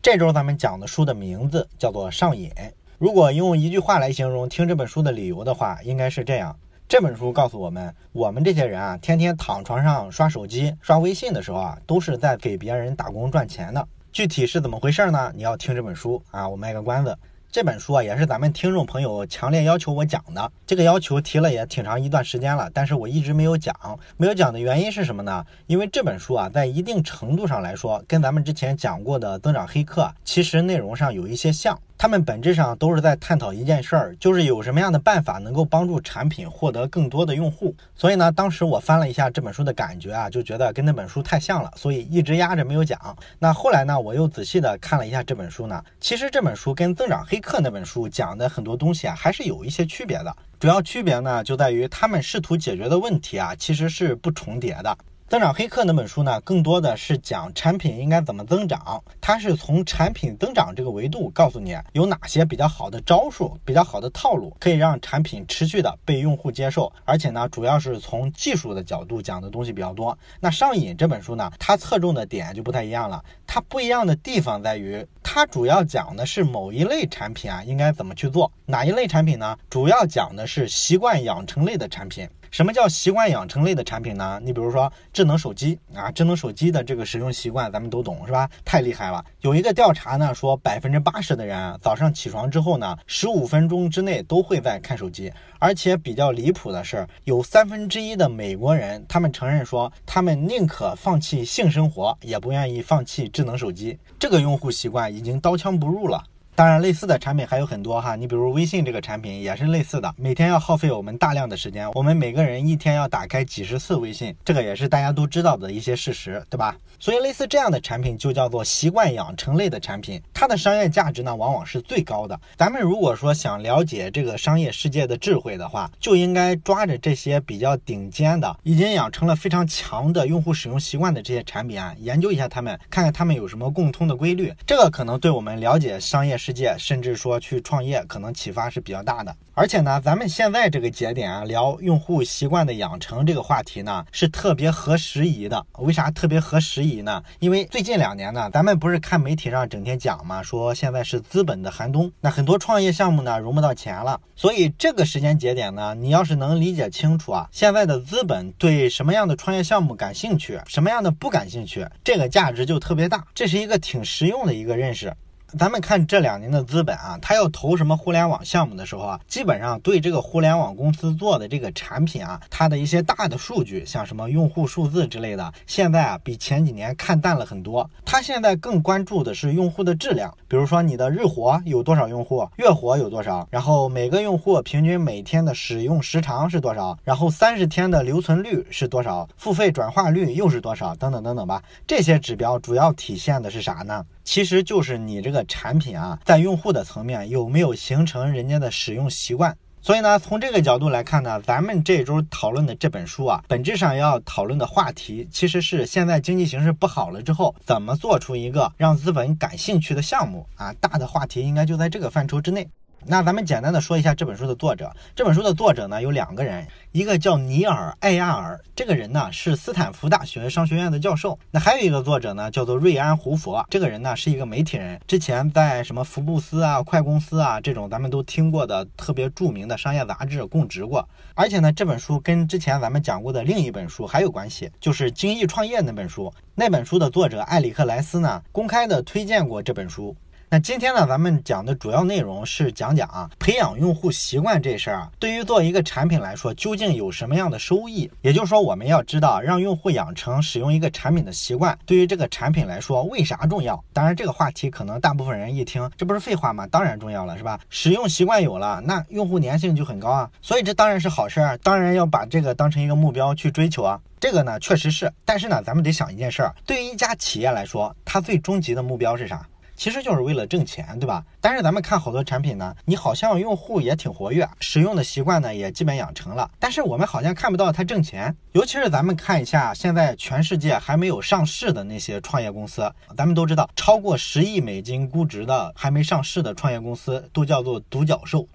这周咱们讲的书的名字叫做《上瘾》。如果用一句话来形容听这本书的理由的话，应该是这样。这本书告诉我们，我们这些人啊，天天躺床上刷手机、刷微信的时候啊，都是在给别人打工赚钱的。具体是怎么回事呢？你要听这本书啊，我卖个关子。这本书啊，也是咱们听众朋友强烈要求我讲的。这个要求提了也挺长一段时间了，但是我一直没有讲。没有讲的原因是什么呢？因为这本书啊，在一定程度上来说，跟咱们之前讲过的增长黑客其实内容上有一些像。他们本质上都是在探讨一件事儿，就是有什么样的办法能够帮助产品获得更多的用户。所以呢，当时我翻了一下这本书的感觉啊，就觉得跟那本书太像了，所以一直压着没有讲。那后来呢，我又仔细的看了一下这本书呢，其实这本书跟增长黑客那本书讲的很多东西啊，还是有一些区别的。主要区别呢，就在于他们试图解决的问题啊，其实是不重叠的。增长黑客那本书呢，更多的是讲产品应该怎么增长，它是从产品增长这个维度告诉你有哪些比较好的招数、比较好的套路，可以让产品持续的被用户接受，而且呢，主要是从技术的角度讲的东西比较多。那上瘾这本书呢，它侧重的点就不太一样了，它不一样的地方在于，它主要讲的是某一类产品啊应该怎么去做。哪一类产品呢？主要讲的是习惯养成类的产品。什么叫习惯养成类的产品呢？你比如说智能手机啊，智能手机的这个使用习惯咱们都懂是吧？太厉害了。有一个调查呢说80%的人早上起床之后呢，15分钟之内都会在看手机。而且比较离谱的是，有1/3的美国人他们承认说，他们宁可放弃性生活也不愿意放弃智能手机。这个用户习惯已经刀枪不入了。当然类似的产品还有很多哈，你比如微信这个产品也是类似的，每天要耗费我们大量的时间，我们每个人一天要打开几十次微信，这个也是大家都知道的一些事实，对吧？所以类似这样的产品就叫做习惯养成类的产品，它的商业价值呢往往是最高的。咱们如果说想了解这个商业世界的智慧的话，就应该抓着这些比较顶尖的，已经养成了非常强的用户使用习惯的这些产品啊，研究一下他们，看看他们有什么共通的规律，这个可能对我们了解商业世界，甚至说去创业可能启发是比较大的。而且呢，咱们现在这个节点啊，聊用户习惯的养成这个话题呢，是特别合时宜的。为啥特别合时宜呢？因为最近2年呢，咱们不是看媒体上整天讲嘛，说现在是资本的寒冬，那很多创业项目呢融不到钱了。所以这个时间节点呢，你要是能理解清楚啊，现在的资本对什么样的创业项目感兴趣，什么样的不感兴趣，这个价值就特别大。这是一个挺实用的一个认识。咱们看这2年的资本啊，他要投什么互联网项目的时候啊，基本上对这个互联网公司做的这个产品啊，它的一些大的数据，像什么用户数字之类的，现在啊比前几年看淡了很多。他现在更关注的是用户的质量，比如说你的日活有多少用户，月活有多少，然后每个用户平均每天的使用时长是多少，然后30天的留存率是多少，付费转化率又是多少，等等等等吧。这些指标主要体现的是啥呢？其实就是你这个产品啊，在用户的层面有没有形成人家的使用习惯。所以呢，从这个角度来看呢，咱们这周讨论的这本书啊，本质上要讨论的话题其实是现在经济形势不好了之后，怎么做出一个让资本感兴趣的项目啊，大的话题应该就在这个范畴之内。那咱们简单的说一下这本书的作者。这本书的作者呢有2个人，一个叫尼尔·艾亚尔，这个人呢是斯坦福大学商学院的教授。那还有一个作者呢叫做瑞安·胡佛，这个人呢是一个媒体人，之前在什么福布斯啊、快公司啊这种咱们都听过的特别著名的商业杂志供职过。而且呢，这本书跟之前咱们讲过的另一本书还有关系，就是《精益创业》那本书。那本书的作者艾里克·莱斯呢公开的推荐过这本书。那今天呢，咱们讲的主要内容是讲培养用户习惯这事儿啊，对于做一个产品来说，究竟有什么样的收益？也就是说，我们要知道让用户养成使用一个产品的习惯，对于这个产品来说为啥重要？当然，这个话题可能大部分人一听，这不是废话吗？当然重要了，是吧？使用习惯有了，那用户粘性就很高啊，所以这当然是好事儿，当然要把这个当成一个目标去追求啊。这个呢，确实是，但是呢，咱们得想一件事儿，对于一家企业来说，它最终极的目标是啥？其实就是为了挣钱，对吧？但是咱们看好多产品呢，你好像用户也挺活跃，使用的习惯呢也基本养成了，但是我们好像看不到它挣钱。尤其是咱们看一下现在全世界还没有上市的那些创业公司，咱们都知道超过10亿美金估值的还没上市的创业公司都叫做独角兽，对吧？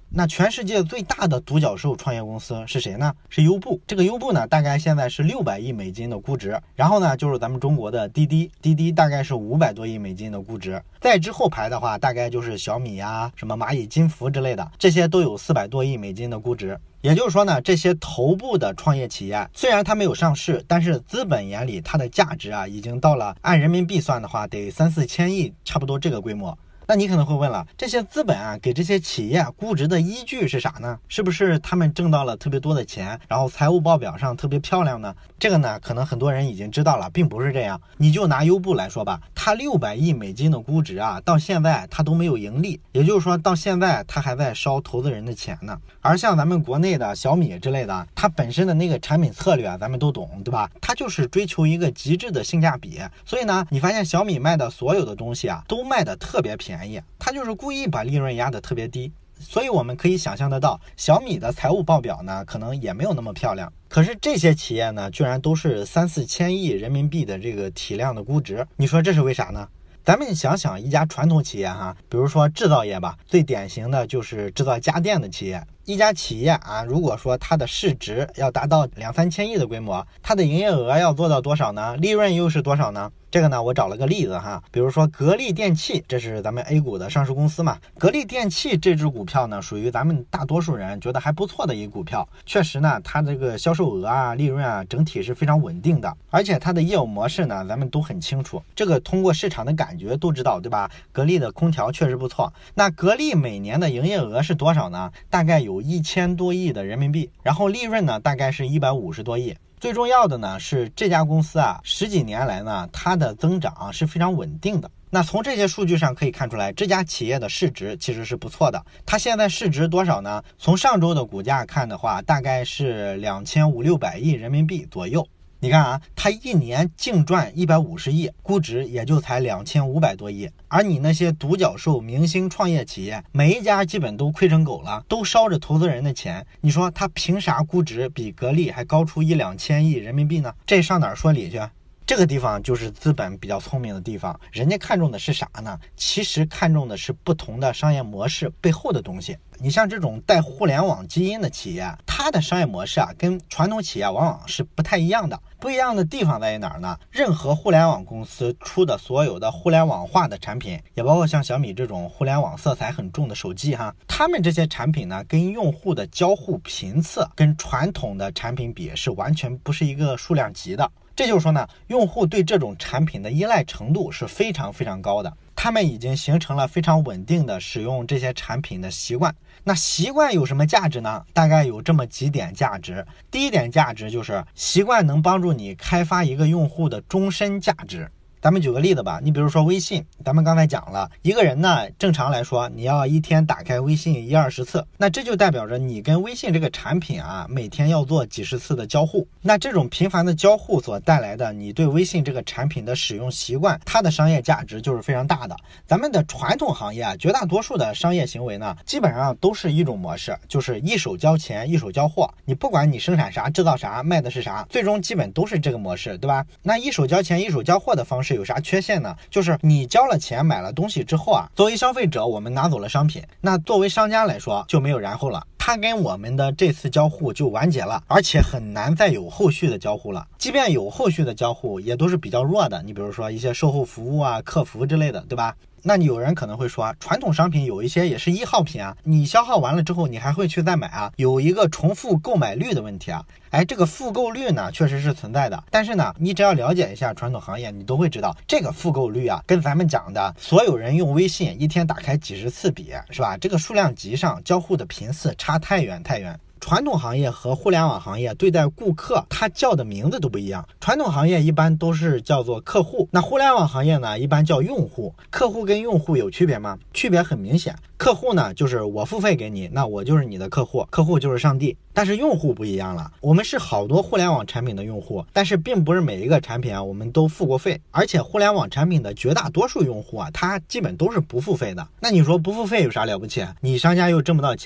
那全世界最大的独角兽创业公司是谁呢？是优步。这个优步呢，大概现在是600亿美金的估值。然后呢，就是咱们中国的滴滴，滴滴大概是500多亿美金的估值。再之后排的话，大概就是小米啊、什么蚂蚁金服之类的，这些都有400多亿美金的估值。也就是说呢，这些头部的创业企业虽然它没有上市，但是资本眼里它的价值啊，已经到了按人民币算的话，得3-4千亿，差不多这个规模。那你可能会问了，这些资本啊给这些企业估值的依据是啥呢？是不是他们挣到了特别多的钱，然后财务报表上特别漂亮呢？这个呢，可能很多人已经知道了，并不是这样。你就拿优步来说吧，它600亿美金的估值啊，到现在它都没有盈利，也就是说到现在它还在烧投资人的钱呢。而像咱们国内的小米之类的，它本身的那个产品策略啊，咱们都懂，对吧？它就是追求一个极致的性价比，所以呢，你发现小米卖的所有的东西啊，都卖的特别便宜，它就是故意把利润压得特别低。所以我们可以想象得到，小米的财务报表呢，可能也没有那么漂亮。可是这些企业呢，居然都是3-4千亿人民币的这个体量的估值，你说这是为啥呢？咱们想想一家传统企业哈，比如说制造业吧，最典型的就是制造家电的企业。一家企业啊，如果说它的市值要达到2-3千亿的规模，它的营业额要做到多少呢？利润又是多少呢？这个呢，我找了个例子哈，比如说格力电器，这是咱们 A 股的上市公司嘛。格力电器这只股票呢，属于咱们大多数人觉得还不错的一股票。确实呢，它这个销售额啊、利润啊，整体是非常稳定的，而且它的业务模式呢，咱们都很清楚。这个通过市场的感觉都知道，对吧？格力的空调确实不错。那格力每年的营业额是多少呢？大概有1000多亿的人民币，然后利润呢，大概是150多亿。最重要的呢是这家公司啊，10几年来呢，它的增长是非常稳定的。那从这些数据上可以看出来，这家企业的市值其实是不错的。它现在市值多少呢？从上周的股价看的话，大概是2500-600亿人民币左右。你看啊，它一年净赚150亿，估值也就才2500多亿。而你那些独角兽明星创业企业，每一家基本都亏成狗了，都烧着投资人的钱。你说它凭啥估值比格力还高出1-2千亿人民币呢？这上哪儿说理去？这个地方就是资本比较聪明的地方，人家看重的是啥呢？其实看重的是不同的商业模式背后的东西。你像这种带互联网基因的企业，它的商业模式啊，跟传统企业往往是不太一样的。不一样的地方在于哪儿呢？任何互联网公司出的所有的互联网化的产品，也包括像小米这种互联网色彩很重的手机哈，他们这些产品呢，跟用户的交互频次跟传统的产品比是完全不是一个数量级的。这就是说呢，用户对这种产品的依赖程度是非常非常高的，他们已经形成了非常稳定的使用这些产品的习惯。那习惯有什么价值呢？大概有这么几点价值。第一点价值就是习惯能帮助你开发一个用户的终身价值。咱们举个例子吧，你比如说微信，咱们刚才讲了，一个人呢，正常来说，你要一天打开微信10-20次，那这就代表着你跟微信这个产品啊，每天要做几十次的交互。那这种频繁的交互所带来的，你对微信这个产品的使用习惯，它的商业价值就是非常大的。咱们的传统行业啊，绝大多数的商业行为呢，基本上都是一种模式，就是一手交钱，一手交货。你不管你生产啥，制造啥，卖的是啥，最终基本都是这个模式，对吧？那一手交钱，一手交货的方式有啥缺陷呢？就是你交了钱买了东西之后啊，作为消费者我们拿走了商品，那作为商家来说就没有然后了，他跟我们的这次交互就完结了，而且很难再有后续的交互了。即便有后续的交互也都是比较弱的，你比如说一些售后服务啊、客服之类的，对吧？那你有人可能会说，传统商品有一些也是1号品啊，你消耗完了之后你还会去再买啊，有一个重复购买率的问题啊。这个复购率呢确实是存在的，但是呢，你只要了解一下传统行业，你都会知道这个复购率啊，跟咱们讲的所有人用微信一天打开几十次比，是吧？这个数量级上交互的频次差太远太远。传统行业和互联网行业对待顾客，它叫的名字都不一样。传统行业一般都是叫做客户，那互联网行业呢，一般叫用户。客户跟用户有区别吗？区别很明显。客户呢，就是我付费给你，那我就是你的客户，客户就是上帝。但是用户不一样了，我们是好多互联网产品的用户，但是并不是每一个产品啊我们都付过费，而且互联网产品的绝大多数用户啊，他基本都是不付费的。那你说不付费有啥了不起？你商家又挣不到钱，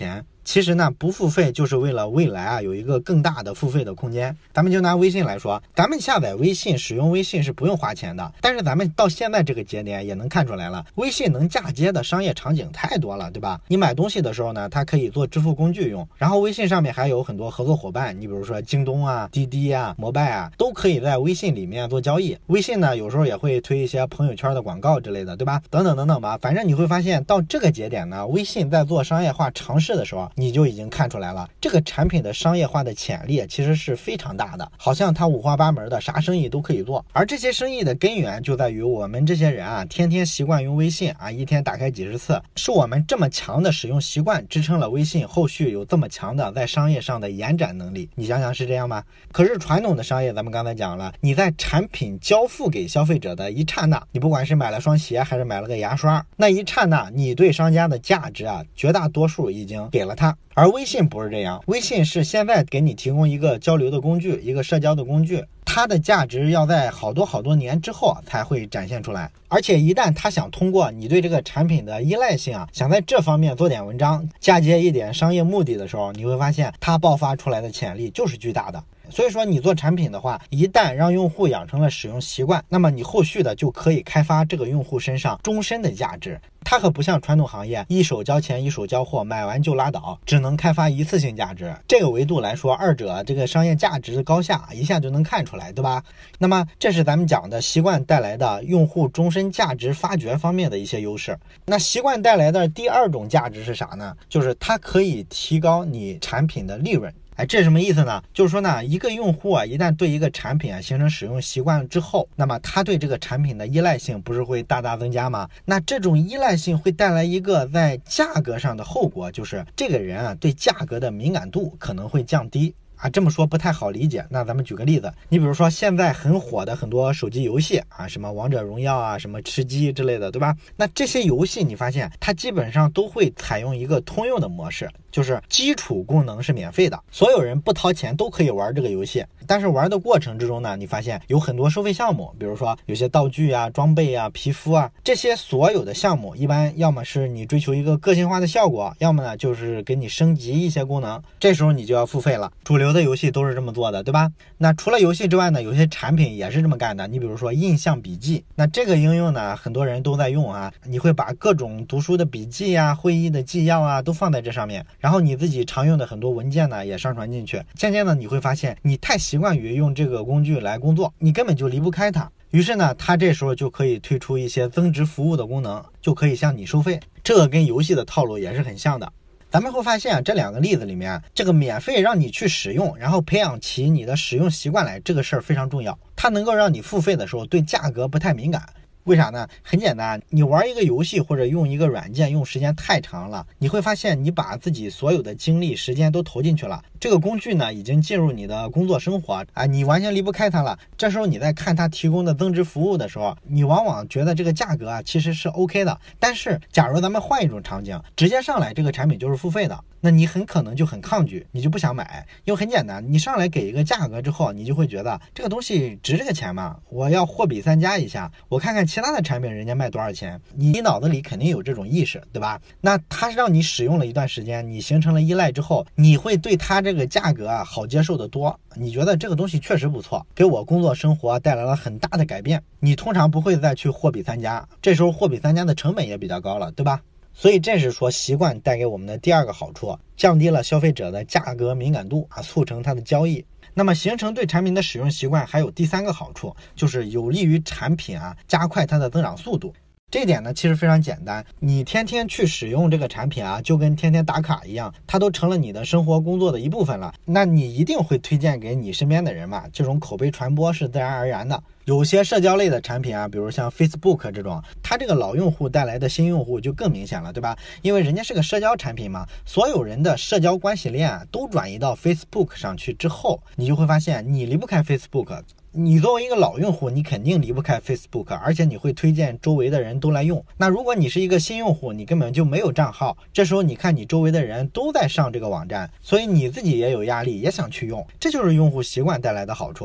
其实呢，不付费就是为了未来有一个更大的付费的空间。咱们就拿微信来说，咱们下载微信使用微信是不用花钱的，但是咱们到现在这个节点也能看出来了，微信能嫁接的商业场景太多了，对吧？你买东西的时候呢，它可以做支付工具用，然后微信上面还有很多合作伙伴，你比如说京东滴滴摩拜都可以在微信里面做交易。微信呢有时候也会推一些朋友圈的广告之类的，对吧？等等等等吧，反正你会发现到这个节点呢，微信在做商业化尝试的时候，你就已经看出来了，这个产品的商业化的潜力其实是非常大的，好像它五花八门的，啥生意都可以做。而这些生意的根源就在于我们这些人天天习惯用微信一天打开几十次，是我们这么强的使用习惯支撑了微信后续有这么强的在商业上的延展能力。你想想是这样吗？可是传统的商业咱们刚才讲了，你在产品交付给消费者的一刹那，你不管是买了双鞋还是买了个牙刷，那一刹那你对商家的价值绝大多数已经给了他。而微信不是这样，微信是现在给你提供一个交流的工具，一个社交的工具，它的价值要在好多年之后才会展现出来。而且一旦他想通过你对这个产品的依赖性想在这方面做点文章，嫁接一点商业目的的时候，你会发现它爆发出来的潜力就是巨大的。所以说你做产品的话，一旦让用户养成了使用习惯，那么你后续的就可以开发这个用户身上终身的价值。它可不像传统行业一手交钱一手交货，买完就拉倒，只能开发一次性价值。这个维度来说，二者这个商业价值的高下一下就能看出来，对吧？那么这是咱们讲的习惯带来的用户终身价值发掘方面的一些优势。那习惯带来的第二种价值是啥呢？就是它可以提高你产品的利润。这是什么意思呢？就是说呢，一个用户一旦对一个产品形成使用习惯之后，那么他对这个产品的依赖性不是会大大增加吗？那这种依赖性会带来一个在价格上的后果，就是这个人对价格的敏感度可能会降低。这么说不太好理解，那咱们举个例子，你比如说现在很火的很多手机游戏什么王者荣耀什么吃鸡之类的，对吧？那这些游戏你发现它基本上都会采用一个通用的模式，就是基础功能是免费的，所有人不掏钱都可以玩这个游戏。但是玩的过程之中呢，你发现有很多收费项目，比如说有些道具装备皮肤这些所有的项目一般要么是你追求一个个性化的效果，要么呢就是给你升级一些功能，这时候你就要付费了。主流的游戏都是这么做的，对吧？那除了游戏之外呢，有些产品也是这么干的。你比如说印象笔记，那这个应用呢很多人都在用你会把各种读书的笔记会议的纪要都放在这上面，然后你自己常用的很多文件呢也上传进去。渐渐的你会发现你太习惯于用这个工具来工作，你根本就离不开它。于是呢，它这时候就可以推出一些增值服务的功能，就可以向你收费。这个跟游戏的套路也是很像的。咱们会发现这两个例子里面，这个免费让你去使用，然后培养起你的使用习惯来，这个事儿非常重要。它能够让你付费的时候对价格不太敏感。为啥呢？很简单，你玩一个游戏或者用一个软件用时间太长了，你会发现你把自己所有的精力时间都投进去了，这个工具呢已经进入你的工作生活你完全离不开它了。这时候你在看它提供的增值服务的时候，你往往觉得这个价格其实是 OK 的。但是假如咱们换一种场景，直接上来这个产品就是付费的，那你很可能就很抗拒，你就不想买。因为很简单，你上来给一个价格之后，你就会觉得这个东西值这个钱吗？我要货比三家一下，我看看其他的产品人家卖多少钱，你脑子里肯定有这种意识，对吧？那它让你使用了一段时间，你形成了依赖之后，你会对它这个价格好接受的多，你觉得这个东西确实不错，给我工作生活带来了很大的改变，你通常不会再去货比三家，这时候货比三家的成本也比较高了，对吧？所以这是说习惯带给我们的第二个好处，降低了消费者的价格敏感度促成它的交易。那么形成对产品的使用习惯还有第三个好处，就是有利于产品加快它的增长速度。这点呢其实非常简单，你天天去使用这个产品就跟天天打卡一样，它都成了你的生活工作的一部分了，那你一定会推荐给你身边的人嘛，这种口碑传播是自然而然的。有些社交类的产品比如像 Facebook 这种，它这个老用户带来的新用户就更明显了，对吧？因为人家是个社交产品嘛，所有人的社交关系链都转移到 Facebook 上去之后，你就会发现你离不开 Facebook。你作为一个老用户，你肯定离不开 Facebook， 而且你会推荐周围的人都来用。那如果你是一个新用户，你根本就没有账号，这时候你看你周围的人都在上这个网站，所以你自己也有压力，也想去用，这就是用户习惯带来的好处。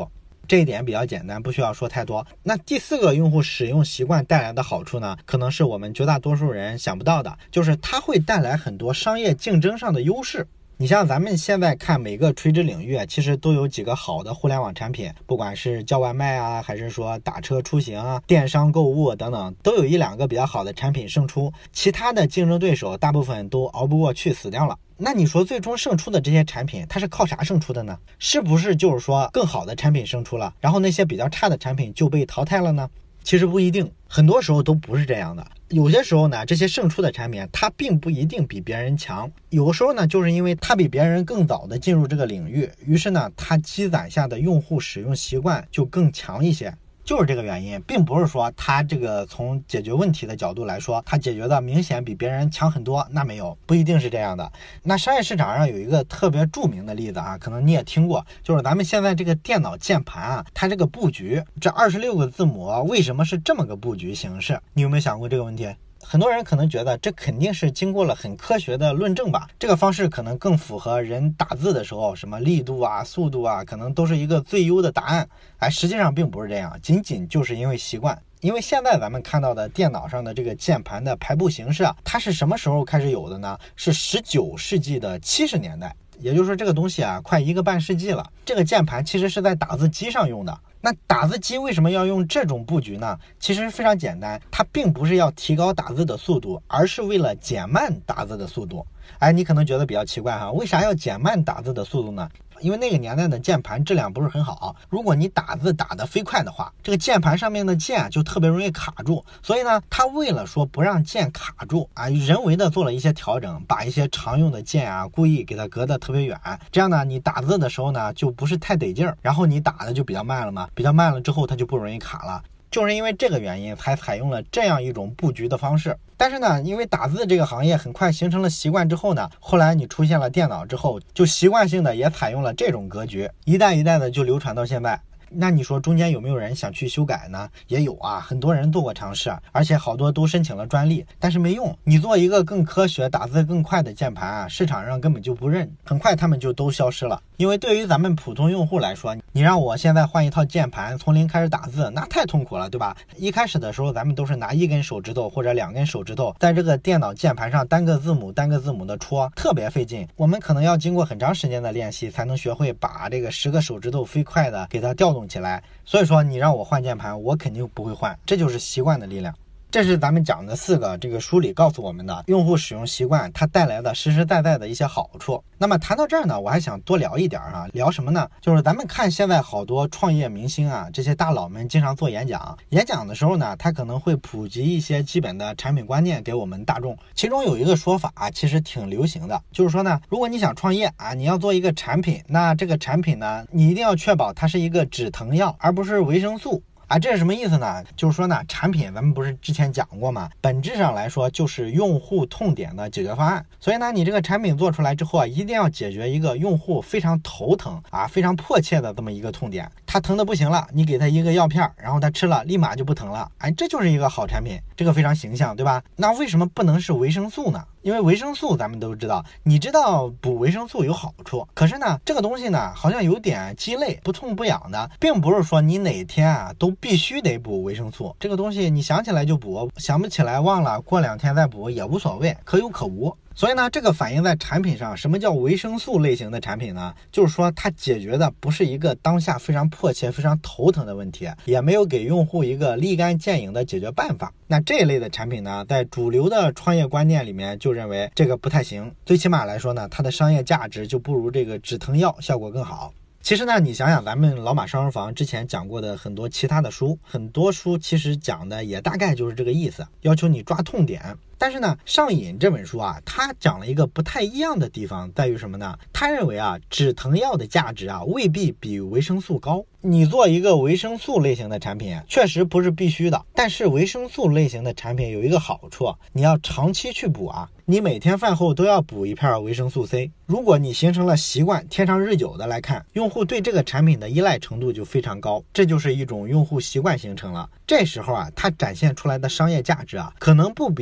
这一点比较简单，不需要说太多。那第4个用户使用习惯带来的好处呢，可能是我们绝大多数人想不到的，就是它会带来很多商业竞争上的优势。你像咱们现在看每个垂直领域其实都有几个好的互联网产品，不管是叫外卖啊，还是说打车出行啊，电商购物等等，都有1-2个比较好的产品胜出，其他的竞争对手大部分都熬不过去死掉了。那你说最终胜出的这些产品，它是靠啥胜出的呢？是不是就是说更好的产品胜出了，然后那些比较差的产品就被淘汰了呢？其实不一定，很多时候都不是这样的。有些时候呢，这些胜出的产品它并不一定比别人强，有的时候呢，就是因为它比别人更早的进入这个领域，于是呢，它积攒下的用户使用习惯就更强一些。就是这个原因，并不是说它这个从解决问题的角度来说，它解决的明显比别人强很多，那没有，不一定是这样的。那商业市场上有一个特别著名的例子可能你也听过，就是咱们现在这个电脑键盘它这个布局，这26个字母为什么是这么个布局形式？你有没有想过这个问题？很多人可能觉得这肯定是经过了很科学的论证吧，这个方式可能更符合人打字的时候什么力度速度可能都是一个最优的答案。实际上并不是这样，仅仅就是因为习惯。因为现在咱们看到的电脑上的这个键盘的排布形式它是什么时候开始有的呢？是19世纪的70年代，也就是说这个东西快1个半世纪了。这个键盘其实是在打字机上用的。那打字机为什么要用这种布局呢？其实非常简单，它并不是要提高打字的速度，而是为了减慢打字的速度。你可能觉得比较奇怪为啥要减慢打字的速度呢？因为那个年代的键盘质量不是很好，如果你打字打得飞快的话，这个键盘上面的键就特别容易卡住，所以呢，它为了说不让键卡住人为的做了一些调整，把一些常用的键故意给它隔得特别远，这样呢，你打字的时候呢就不是太得劲儿，然后你打的就比较慢了嘛，比较慢了之后它就不容易卡了。就是因为这个原因才采用了这样一种布局的方式。但是呢，因为打字这个行业很快形成了习惯之后呢，后来你出现了电脑之后，就习惯性的也采用了这种格局，一代一代的就流传到现在。那你说中间有没有人想去修改呢？也有很多人做过尝试，而且好多都申请了专利，但是没用。你做一个更科学、打字更快的键盘市场上根本就不认，很快他们就都消失了。因为对于咱们普通用户来说，你让我现在换一套键盘，从零开始打字，那太痛苦了，对吧？一开始的时候，咱们都是拿1根手指头或者2根手指头，在这个电脑键盘上单个字母的戳，特别费劲。我们可能要经过很长时间的练习，才能学会把这个10个手指头飞快的给它调动起来。所以说你让我换键盘，我肯定不会换，这就是习惯的力量。这是咱们讲的4个这个书里告诉我们的用户使用习惯它带来的实实在在的一些好处。那么谈到这儿呢，我还想多聊一点聊什么呢？就是咱们看现在好多创业明星这些大佬们经常做演讲的时候呢，他可能会普及一些基本的产品观念给我们大众。其中有一个说法其实挺流行的，就是说呢，如果你想创业你要做一个产品，那这个产品呢，你一定要确保它是一个止疼药，而不是维生素。这是什么意思呢？就是说呢，产品咱们不是之前讲过吗？本质上来说就是用户痛点的解决方案。所以呢，你这个产品做出来之后一定要解决一个用户非常头疼非常迫切的这么一个痛点。他疼的不行了，你给他一个药片，然后他吃了立马就不疼了。这就是一个好产品，这个非常形象，对吧？那为什么不能是维生素呢？因为维生素咱们都知道，你知道补维生素有好处，可是呢，这个东西呢好像有点鸡肋，不痛不痒的，并不是说你哪天都必须得补维生素。这个东西你想起来就补，想不起来忘了，过2天再补也无所谓，可有可无。所以呢，这个反映在产品上。什么叫维生素类型的产品呢？就是说它解决的不是一个当下非常迫切非常头疼的问题，也没有给用户一个立竿见影的解决办法。那这一类的产品呢，在主流的创业观念里面就认为这个不太行，最起码来说呢，它的商业价值就不如这个止疼药效果更好。其实呢，你想想咱们老马商人房之前讲过的很多其他的书，很多书其实讲的也大概就是这个意思，要求你抓痛点。但是呢，上瘾这本书它讲了一个不太一样的地方，在于什么呢？他认为止疼药的价值未必比维生素高。你做一个维生素类型的产品确实不是必须的，但是维生素类型的产品有一个好处，你要长期去补你每天饭后都要补一片维生素 C。 如果你形成了习惯，天长日久的来看，用户对这个产品的依赖程度就非常高，这就是一种用户习惯形成了。这时候它展现出来的商业价值可能不比止疼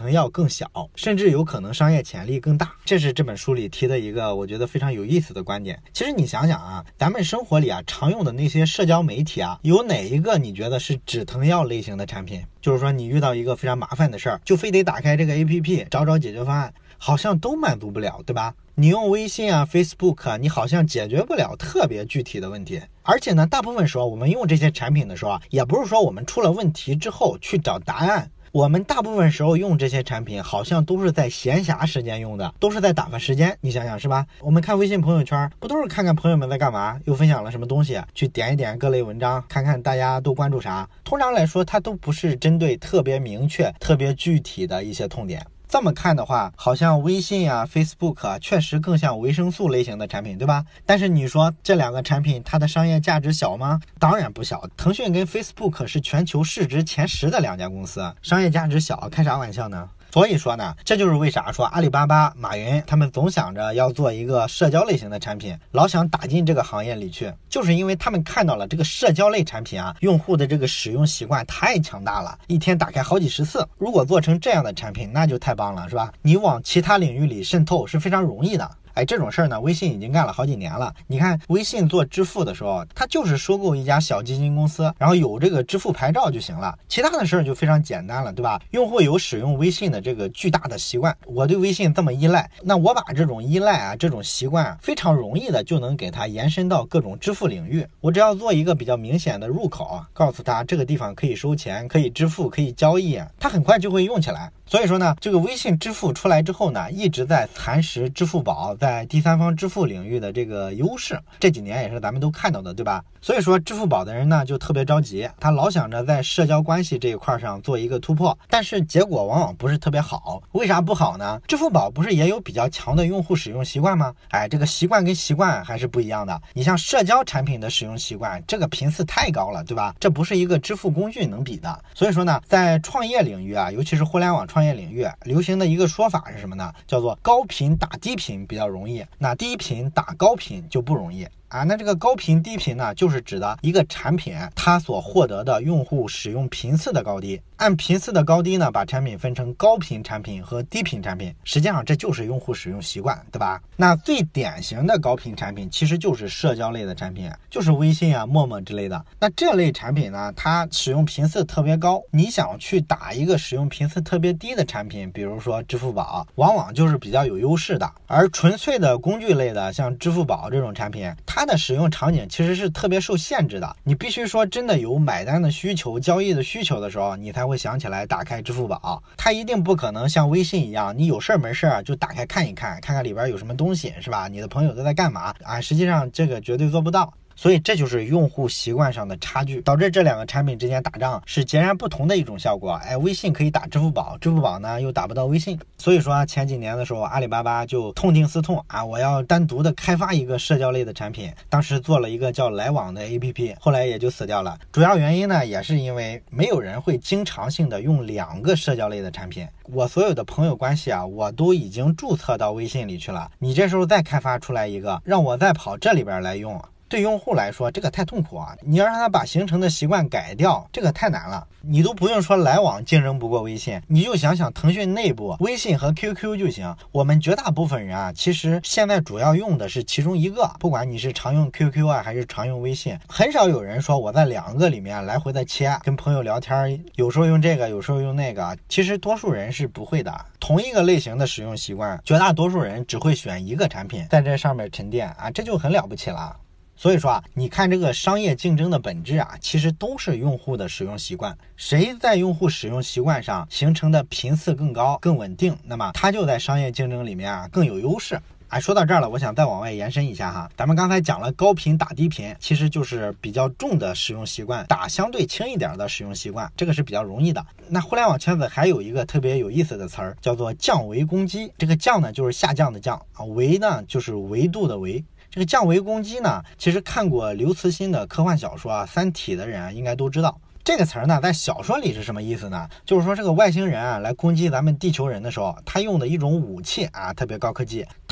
腾要更小，甚至有可能商业潜力更大。这是这本书里提的一个我觉得非常有意思的观点。其实你想想啊，咱们生活里啊常用的那些社交媒体啊，有哪一个你觉得是止疼药类型的产品？就是说你遇到一个非常麻烦的事儿，就非得打开这个 APP 找解决方案，好像都满足不了，对吧？你用微信啊 Facebook 啊，你好像解决不了特别具体的问题。而且呢，大部分时候我们用这些产品的时候啊，也不是说我们出了问题之后去找答案，我们大部分时候用这些产品好像都是在闲暇时间用的，都是在打发时间。你想想是吧？我们看微信朋友圈，不都是看看朋友们在干嘛，又分享了什么东西，去点一点各类文章，看看大家都关注啥。通常来说，它都不是针对特别明确特别具体的一些痛点。这么看的话，好像微信啊 Facebook 啊确实更像维生素类型的产品，对吧？但是你说这两个产品它的商业价值小吗？当然不小。腾讯跟 Facebook 是全球市值前10的2家公司，商业价值小，开啥玩笑呢？所以说呢，这就是为啥说阿里巴巴、马云他们总想着要做一个社交类型的产品，老想打进这个行业里去，就是因为他们看到了这个社交类产品啊，用户的这个使用习惯太强大了，一天打开好几十次。如果做成这样的产品，那就太棒了，是吧？你往其他领域里渗透是非常容易的。这种事儿呢，微信已经干了好几年了。你看微信做支付的时候，它就是收购一家小基金公司，然后有这个支付牌照就行了，其他的事儿就非常简单了，对吧？用户有使用微信的这个巨大的习惯，我对微信这么依赖，那我把这种依赖啊，这种习惯啊，非常容易的就能给它延伸到各种支付领域。我只要做一个比较明显的入口，告诉他这个地方可以收钱，可以支付，可以交易，它很快就会用起来。所以说呢，这个微信支付出来之后呢，一直在蚕食支付宝在第三方支付领域的这个优势，这几年也是咱们都看到的，对吧？所以说支付宝的人呢就特别着急，他老想着在社交关系这一块上做一个突破，但是结果往往不是特别好。为啥不好呢？支付宝不是也有比较强的用户使用习惯吗？这个习惯跟习惯还是不一样的。你像社交产品的使用习惯，这个频次太高了，对吧？这不是一个支付工具能比的。所以说呢，在创业领域啊，尤其是互联网创业领域，流行的一个说法是什么呢？叫做高频打低频比较容易，那低频打高频就不容易。那这个高频低频呢，就是指的一个产品它所获得的用户使用频次的高低。按频次的高低呢，把产品分成高频产品和低频产品，实际上这就是用户使用习惯，对吧？那最典型的高频产品其实就是社交类的产品，就是微信啊、陌陌之类的。那这类产品呢，它使用频次特别高，你想去打一个使用频次特别低的产品，比如说支付宝，往往就是比较有优势的。而纯粹的工具类的，像支付宝这种产品，它的使用场景其实是特别受限制的。你必须说真的有买单的需求、交易的需求的时候，你才会想起来打开支付宝。它一定不可能像微信一样，你有事没事就打开看一看，看看里边有什么东西，是吧？你的朋友都在干嘛实际上这个绝对做不到。所以这就是用户习惯上的差距，导致这两个产品之间打仗是截然不同的一种效果。微信可以打支付宝，支付宝呢又打不到微信。所以说前几年的时候，阿里巴巴就痛定思痛我要单独的开发一个社交类的产品，当时做了一个叫来往的 APP， 后来也就死掉了。主要原因呢，也是因为没有人会经常性的用2个社交类的产品。我所有的朋友关系我都已经注册到微信里去了，你这时候再开发出来一个，让我再跑这里边来用，对用户来说这个太痛苦你要让他把形成的习惯改掉，这个太难了。你都不用说来往竞争不过微信，你就想想腾讯内部微信和 QQ 就行。我们绝大部分人其实现在主要用的是其中一个，不管你是常用 QQ 还是常用微信，很少有人说我在2个里面来回的切，跟朋友聊天有时候用这个有时候用那个，其实多数人是不会的。同一个类型的使用习惯，绝大多数人只会选一个产品在这上面沉淀这就很了不起了。所以说你看这个商业竞争的本质其实都是用户的使用习惯，谁在用户使用习惯上形成的频次更高、更稳定，那么他就在商业竞争里面更有优势。说到这儿了，我想再往外延伸一下咱们刚才讲了高频打低频，其实就是比较重的使用习惯打相对轻一点的使用习惯，这个是比较容易的。那互联网圈子还有一个特别有意思的词儿，叫做降维攻击。这个降呢就是下降的降维呢就是维度的维。这个降维攻击呢，其实看过刘慈欣的科幻小说《三体》的人应该都知道。这个词儿呢，在小说里是什么意思呢？就是说这个外星人来攻击咱们地球人的时候，他用的一种武器特别高科技，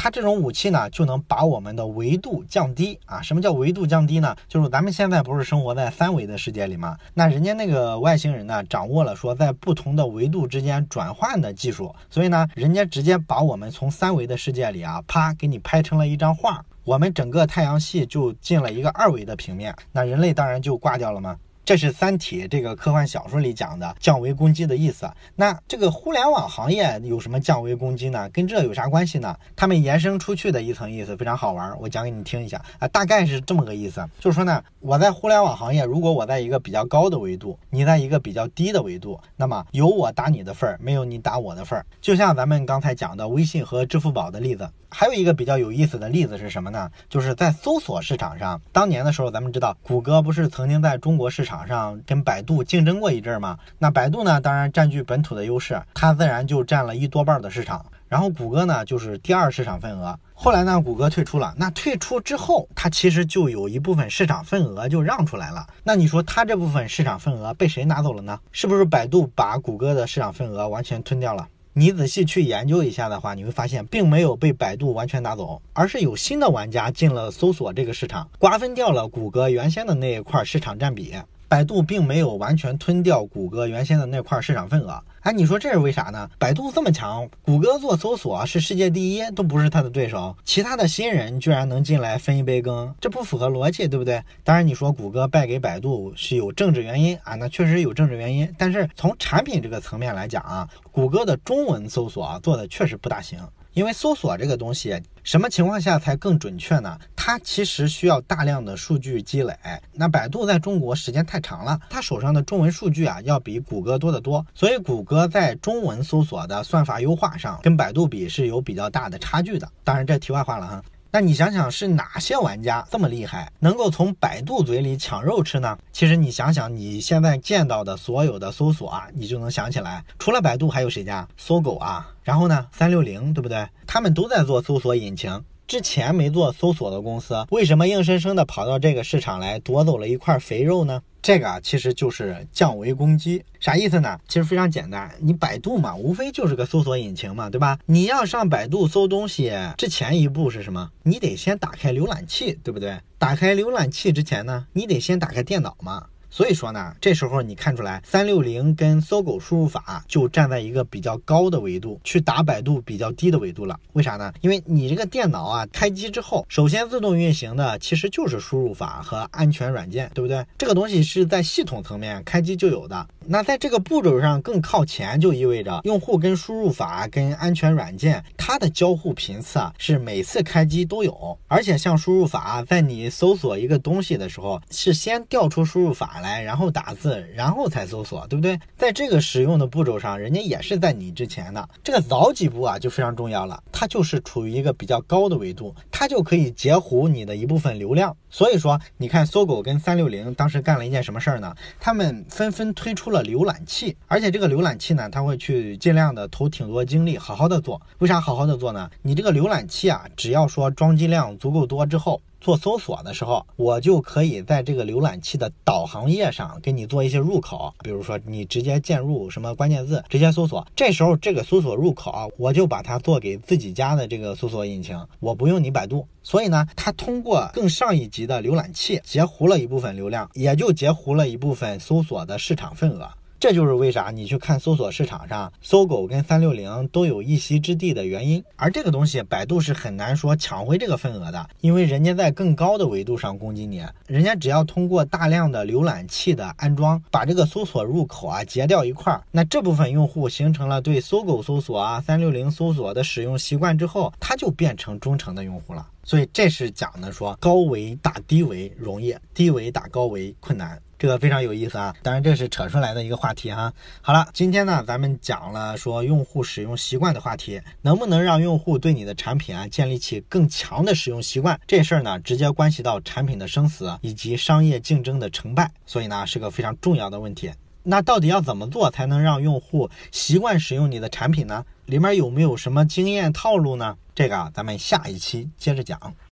它这种武器呢，就能把我们的维度降低啊。什么叫维度降低呢？就是咱们现在不是生活在3维的世界里吗？那人家那个外星人呢，掌握了说在不同的维度之间转换的技术，所以呢，人家直接把我们从3维的世界里啊，啪给你拍成了一张画，我们整个太阳系就进了一个2维的平面，那人类当然就挂掉了吗？这是《三体》这个科幻小说里讲的降维攻击的意思。那这个互联网行业有什么降维攻击呢？跟这有啥关系呢？他们延伸出去的一层意思非常好玩，我讲给你听一下啊，大概是这么个意思，就是说呢，我在互联网行业，如果我在一个比较高的维度，你在一个比较低的维度，那么有我打你的份儿，没有你打我的份儿。就像咱们刚才讲的微信和支付宝的例子。还有一个比较有意思的例子是什么呢？就是在搜索市场上，当年的时候咱们知道谷歌不是曾经在中国市场上跟百度竞争过一阵吗？那百度呢当然占据本土的优势，它自然就占了1多半的市场，然后谷歌呢就是第2市场份额。后来呢谷歌退出了，那退出之后它其实就有一部分市场份额就让出来了，那你说它这部分市场份额被谁拿走了呢？是不是百度把谷歌的市场份额完全吞掉了？你仔细去研究一下的话，你会发现并没有被百度完全拿走，而是有新的玩家进了搜索这个市场，瓜分掉了谷歌原先的那一块市场占比。百度并没有完全吞掉谷歌原先的那块市场份额。哎，你说这是为啥呢？百度这么强，谷歌做搜索是世界第1，都不是它的对手，其他的新人居然能进来分一杯羹，这不符合逻辑，对不对？当然你说谷歌败给百度是有政治原因啊，那确实有政治原因，但是从产品这个层面来讲啊，谷歌的中文搜索做的确实不大行。因为搜索这个东西什么情况下才更准确呢？它其实需要大量的数据积累，那百度在中国时间太长了，它手上的中文数据啊要比谷歌多得多，所以谷歌在中文搜索的算法优化上跟百度比是有比较大的差距的。当然这题外话了哈。那你想想是哪些玩家这么厉害，能够从百度嘴里抢肉吃呢？其实你想想你现在见到的所有的搜索啊，你就能想起来，除了百度还有谁家？搜狗啊，然后呢360，对不对？他们都在做搜索引擎。之前没做搜索的公司，为什么硬生生的跑到这个市场来夺走了一块肥肉呢？这个其实就是降维攻击。啥意思呢？其实非常简单，你百度嘛，无非就是个搜索引擎嘛，对吧？你要上百度搜东西之前一步是什么？你得先打开浏览器，对不对？打开浏览器之前呢，你得先打开电脑嘛。所以说呢，这时候你看出来360跟搜狗输入法就站在一个比较高的维度，去打百度比较低的维度了。为啥呢？因为你这个电脑啊开机之后，首先自动运行的其实就是输入法和安全软件，对不对？这个东西是在系统层面开机就有的。那在这个步骤上更靠前，就意味着用户跟输入法跟安全软件它的交互频次啊是每次开机都有。而且像输入法在你搜索一个东西的时候，是先调出输入法来，然后打字，然后才搜索，对不对？在这个使用的步骤上，人家也是在你之前的。这个早几步啊就非常重要了，它就是处于一个比较高的维度，它就可以截胡你的一部分流量。所以说你看搜狗跟360当时干了一件什么事儿呢？他们纷纷推出了浏览器，而且这个浏览器呢，它会去尽量的投挺多精力好好的做。为啥好好的做呢？你这个浏览器啊，只要说装机量足够多之后，做搜索的时候，我就可以在这个浏览器的导航页上给你做一些入口，比如说你直接键入什么关键字直接搜索，这时候这个搜索入口我就把它做给自己家的这个搜索引擎，我不用你百度。所以呢，它通过更上一级的浏览器截胡了一部分流量，也就截胡了一部分搜索的市场份额。这就是为啥你去看搜索市场上，搜狗跟360都有一席之地的原因。而这个东西百度是很难说抢回这个份额的，因为人家在更高的维度上攻击你，人家只要通过大量的浏览器的安装，把这个搜索入口啊截掉一块，那这部分用户形成了对搜狗搜索啊360搜索的使用习惯之后，他就变成忠诚的用户了。所以这是讲的说高维打低维容易，低维打高维困难。这个非常有意思啊，当然这是扯出来的一个话题哈。好了，今天呢咱们讲了说用户使用习惯的话题，能不能让用户对你的产品啊建立起更强的使用习惯，这事儿呢直接关系到产品的生死以及商业竞争的成败，所以呢是个非常重要的问题。那到底要怎么做才能让用户习惯使用你的产品呢？里面有没有什么经验套路呢？这个咱们下一期接着讲。